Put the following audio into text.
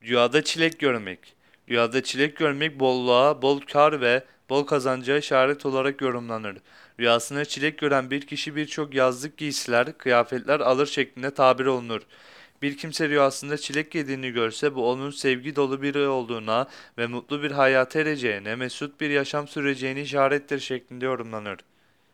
Rüyada çilek görmek. Rüyada çilek görmek bolluğa, bol kar ve bol kazanca işaret olarak yorumlanır. Rüyasında çilek gören bir kişi birçok yazlık giysiler, kıyafetler alır şeklinde tabir olunur. Bir kimse rüyasında çilek yediğini görse bu onun sevgi dolu biri olduğuna ve mutlu bir hayata ereceğine, mesut bir yaşam süreceğini işarettir şeklinde yorumlanır.